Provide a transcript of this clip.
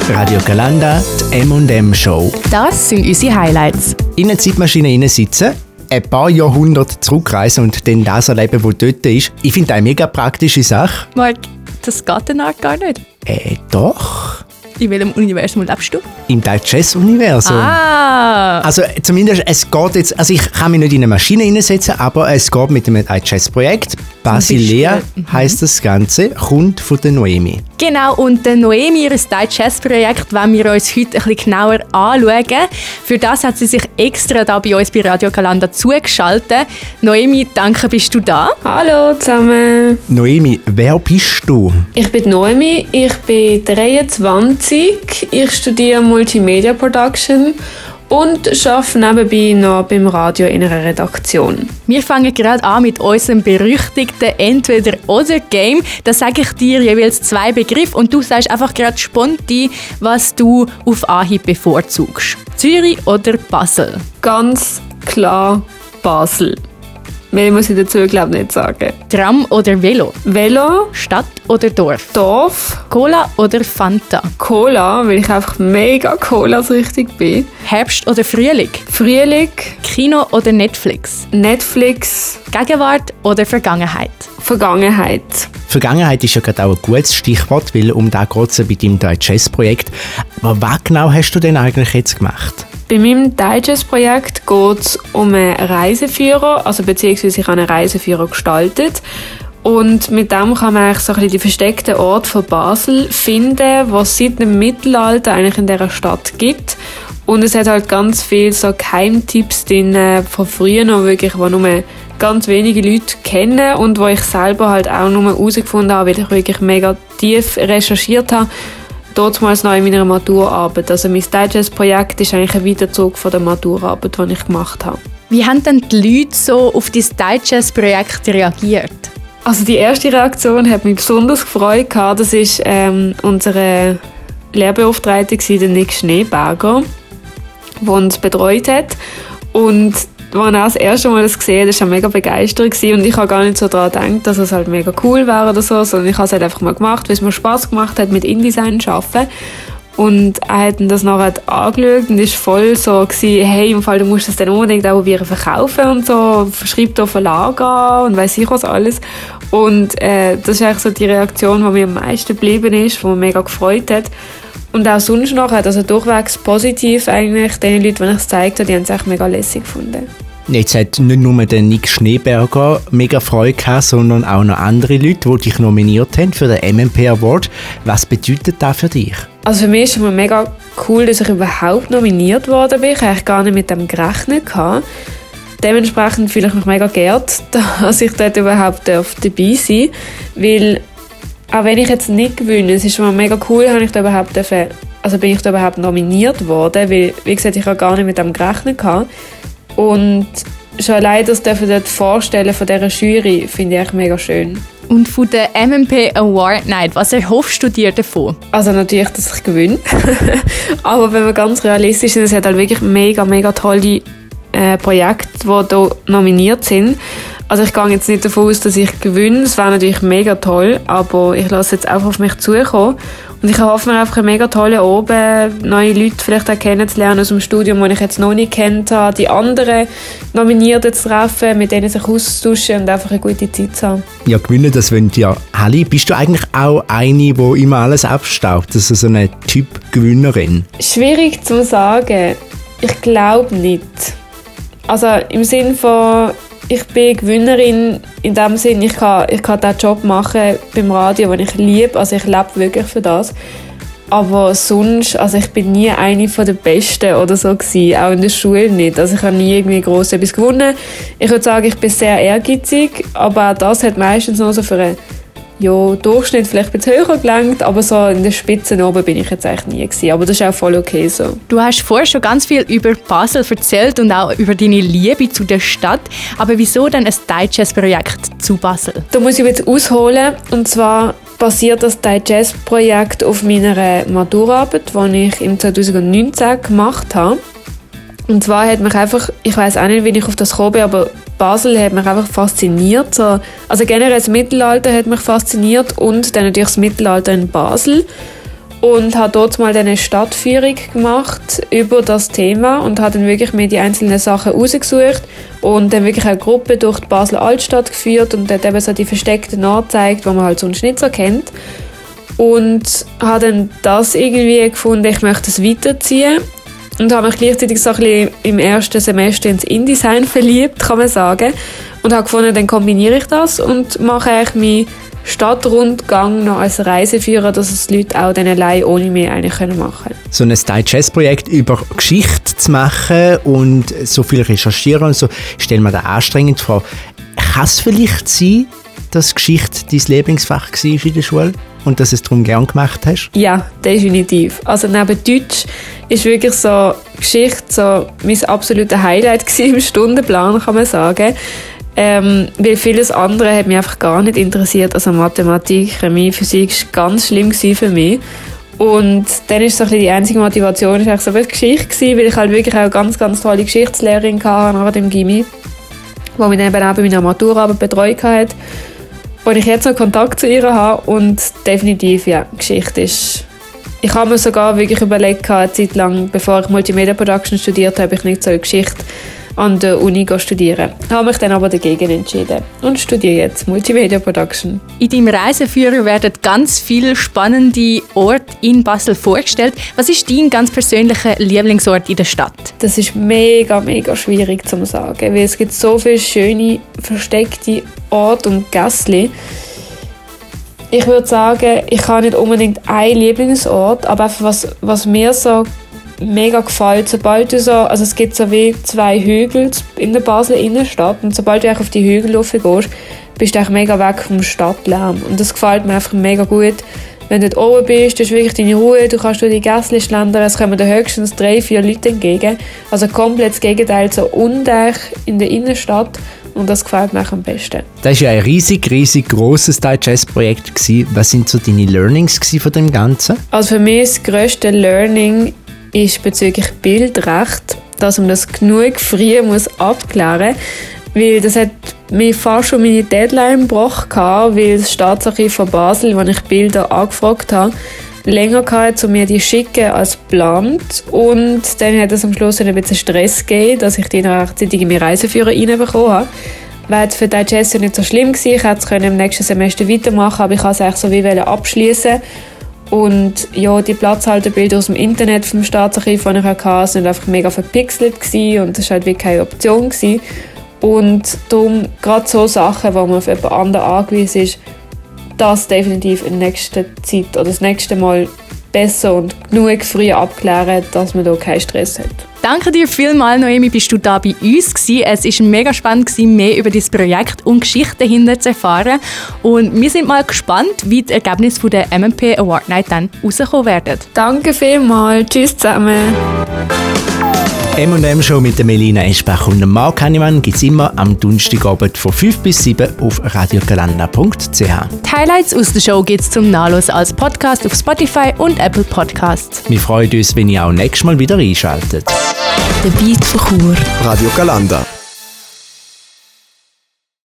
Radio Galanda, die M&M Show. Das sind unsere Highlights. In einer Zeitmaschine sitzen, ein paar Jahrhunderte zurückreisen und dann das erleben, was dort ist. Ich finde das eine mega praktische Sache. Marc, das geht dann auch gar nicht. Doch. In welchem Universum lebst du? Im Digest-Universum. Also zumindest, es geht jetzt, also ich kann mich nicht in eine Maschine hineinsetzen, aber es geht mit dem Digest-Projekt. Basilea heisst das Ganze, kommt von der Noemi. Genau, und der Noemi, ihr Digest-Projekt, wollen wir uns heute ein bisschen genauer anschauen. Für das hat sie sich extra da bei uns bei Radio Galanda zugeschaltet. Noemi, danke, bist du da? Hallo zusammen. Noemi, wer bist du? Ich bin Noemi, ich bin 23, ich studiere Multimedia Production und arbeite nebenbei noch beim Radio in einer Redaktion. Wir fangen gerade an mit unserem berüchtigten Entweder-Oder-Game. Da sage ich dir jeweils 2 Begriffe und du sagst einfach gerade spontan, was du auf Anhieb bevorzugst. Zürich oder Basel? Ganz klar Basel. Mehr muss ich dazu, glaube ich, nicht sagen. Tram oder Velo? Velo. Stadt oder Dorf? Dorf. Cola oder Fanta? Cola, weil ich einfach mega Cola-süchtig bin. Herbst oder Frühling? Frühling. Kino oder Netflix? Netflix. Gegenwart oder Vergangenheit? Vergangenheit. Vergangenheit ist ja gerade auch ein gutes Stichwort, weil um da geht es bei deinem Digest-Projekt. Aber was genau hast du denn eigentlich jetzt gemacht? Bei meinem Digest-Projekt geht es um einen Reiseführer, also beziehungsweise ich habe einen Reiseführer gestaltet. Und mit dem kann man eigentlich so ein bisschen die versteckten Orte von Basel finden, was es seit dem Mittelalter eigentlich in dieser Stadt gibt. Und es hat halt ganz viele so Geheimtipps drin von früher noch wirklich, die nur ganz wenige Leute kennen und wo ich selber halt auch nur herausgefunden habe, weil ich wirklich mega tief recherchiert habe. Damals noch in meiner Maturarbeit. Also mein Digest-Projekt ist eigentlich ein Weiterzug von der Maturarbeit, die ich gemacht habe. Wie haben denn die Leute so auf dein Digest-Projekt reagiert? Also die erste Reaktion hat mich besonders gefreut. Das war unsere Lehrbeauftragte, der Nick Schneeberger, der uns betreut hat. Und als er das erste Mal das gesehen hat, war er mega begeistert und ich habe gar nicht so daran gedacht, dass es halt mega cool wäre oder so, sondern ich habe es halt einfach mal gemacht, weil es mir Spass gemacht hat, mit InDesign zu arbeiten. Und er hat das nachher angeschaut und war voll so gewesen, hey, im Fall, du musst das dann unbedingt auch probieren verkaufen und so, schreibt auf Verlag an und weiss ich was alles. Und das ist eigentlich so die Reaktion, die mir am meisten geblieben ist, die mich mega gefreut hat. Und auch sonst noch, also durchwegs positiv eigentlich, den Leuten, die ich es gezeigt habe, die haben es echt mega lässig gefunden. Jetzt hat nicht nur der Nick Schneeberger mega Freude gehabt, sondern auch noch andere Leute, die dich nominiert haben für den MMP Award. Was bedeutet das für dich? Also für mich ist es immer mega cool, dass ich überhaupt nominiert worden bin. Ich habe eigentlich gar nicht mit dem gerechnet. Dementsprechend fühle ich mich mega geehrt, dass ich dort überhaupt dabei sein darf. Weil auch wenn ich jetzt nicht gewinne, es ist immer mega cool, bin ich da überhaupt nominiert worden, weil, wie gesagt, ich habe gar nicht mit dem gerechnet. Und schon allein das dort vorstellen von dieser Jury finde ich mega schön. Und von der MMP Award Night, was erhoffst du dir davon? Also natürlich, dass ich gewinne. Aber wenn wir ganz realistisch sind, es hat halt wirklich mega, mega tolle Projekte, die hier nominiert sind. Also ich gehe jetzt nicht davon aus, dass ich gewinne. Das wäre natürlich mega toll, aber ich lasse jetzt einfach auf mich zukommen. Und ich hoffe mir einfach einen mega tollen Abend, neue Leute vielleicht auch kennenzulernen aus dem Studium, das ich jetzt noch nicht kennt habe, die anderen Nominierten zu treffen, mit denen sich auszutauschen und einfach eine gute Zeit zu haben. Ja, gewinnen, das wollen ja alle. Bist du eigentlich auch eine, die immer alles abstaubt? Also so eine Typ Gewinnerin? Schwierig zu sagen. Ich glaube nicht. Also im Sinn von, ich bin Gewinnerin in dem Sinn, ich kann diesen Job machen beim Radio, den ich liebe. Also ich lebe wirklich für das. Aber sonst, also ich bin nie eine der Besten oder so gewesen, auch in der Schule nicht. Also ich habe nie irgendwie gross etwas gewonnen. Ich würde sagen, ich bin sehr ehrgeizig, aber auch das hat meistens noch so für einen Durchschnitt vielleicht ein bisschen höher gelangt, aber so in der Spitze oben bin ich jetzt eigentlich nie gewesen. Aber das ist auch voll okay so. Du hast vorher schon ganz viel über Basel erzählt und auch über deine Liebe zu der Stadt. Aber wieso dann ein Digest-Projekt zu Basel? Da muss ich jetzt ausholen. Und zwar basiert das Digest-Projekt auf meiner Maturarbeit, die ich im 2019 gemacht habe. Und zwar hat mich einfach, ich weiss auch nicht, wie ich auf das gekommen bin, aber Basel hat mich einfach fasziniert. So, also generell das Mittelalter hat mich fasziniert und dann natürlich das Mittelalter in Basel. und habe dort mal eine Stadtführung gemacht über das Thema und habe dann wirklich mir die einzelnen Sachen rausgesucht und dann wirklich eine Gruppe durch die Basler Altstadt geführt und dort eben so die versteckten Orte gezeigt, die man halt sonst nicht so kennt. Und habe dann das irgendwie gefunden, ich möchte es weiterziehen und habe mich gleichzeitig so ein bisschen im ersten Semester ins InDesign verliebt, kann man sagen. Und habe gefunden, dann kombiniere ich das und mache eigentlich meinen Stadtrundgang noch als Reiseführer, dass es die Leute auch dann allein ohne mich eigentlich machen können. So ein Style-Jazz-Projekt über Geschichte zu machen und so viel recherchieren und so, stelle mir da anstrengend vor. Kann es vielleicht sein, dass Geschichte dein Lieblingsfach war in der Schule und dass du es darum gern gemacht hast? Ja, definitiv. Also neben Deutsch ist wirklich so Geschichte so mein absolutes Highlight im Stundenplan, kann man sagen. Weil vieles andere hat mich einfach gar nicht interessiert. Also Mathematik, Chemie, Physik war ganz schlimm für mich. Und dann ist so ein bisschen die einzige Motivation ist so Geschichte gewesen, weil ich halt wirklich auch eine ganz, ganz tolle Geschichtslehrerin hatte nach dem Gymi, die mich dann eben auch bei meiner Maturarbeit betreut hat. Und ich jetzt noch Kontakt zu ihr habe und definitiv, ja, Geschichte ist... Ich habe mir sogar wirklich überlegt, eine Zeit lang, bevor ich Multimedia Production studiert habe, ich nicht so Geschichte an der Uni studieren. Ich habe mich dann aber dagegen entschieden und studiere jetzt Multimedia Production. In deinem Reiseführer werden ganz viele spannende Orte in Basel vorgestellt. Was ist dein ganz persönlicher Lieblingsort in der Stadt? Das ist mega, mega schwierig zu sagen, weil es gibt so viele schöne, versteckte Orte und Gässli. Ich würde sagen, ich habe nicht unbedingt einen Lieblingsort, aber einfach was mir so mega gefällt, sobald du so, also es gibt so wie 2 Hügel in der Basler Innenstadt und sobald du auf die Hügel raufgehst, bist du mega weg vom Stadtlärm und das gefällt mir einfach mega gut. Wenn du dort oben bist, du hast wirklich deine Ruhe, du kannst durch die Gässli schlendern, es kommen dir höchstens 3-4 Leute entgegen, also komplett das Gegenteil, so undicht in der Innenstadt und das gefällt mir am besten. Das war ja ein riesig grosses Style-Jazz-Projekt. Was sind so deine Learnings von dem Ganzen? Also für mich das grösste Learning ist bezüglich Bildrecht, dass man das genug früh abklären muss, weil das hat mir fast schon meine Deadline gebrochen, weil das Staatsarchiv von Basel, wo ich Bilder angefragt habe, länger hatte, um mir die zu schicken als geplant. Und dann hat es am Schluss ein bisschen Stress gegeben, dass ich die noch rechtzeitig in meinen Reiseführer reinbekommen habe. Weil für die Jazz nicht so schlimm war. Ich hätte es im nächsten Semester weitermachen, aber ich wollte es eigentlich so wie abschließen. Und ja, die Platzhalterbilder aus dem Internet vom Staatsarchiv, die ich hatte, sind einfach mega verpixelt gewesen und das war halt wirklich keine Option gewesen. Und darum, gerade so Sachen, wo man auf jemand anderen angewiesen ist, das definitiv in der nächsten Zeit oder das nächste Mal besser und genug früh abklären, dass man da keinen Stress hat. Danke dir vielmals, Noemi, bist du da bei uns gewesen. Es war mega spannend, mehr über dieses Projekt und Geschichte dahinter zu erfahren. Und wir sind mal gespannt, wie die Ergebnisse der MMP Award Night dann rauskommen werden. Danke vielmals. Tschüss zusammen. M&M Show mit der Melina Eschbach und dem Marc Hannemann gibt es immer am Donnerstagabend von 5 bis 7 auf radiogalanda.ch. Die Highlights aus der Show gibt es zum Nachlesen als Podcast auf Spotify und Apple Podcasts. Wir freuen uns, wenn ihr auch nächstes Mal wieder einschaltet. Der Beat von Chur. Radio Galanda.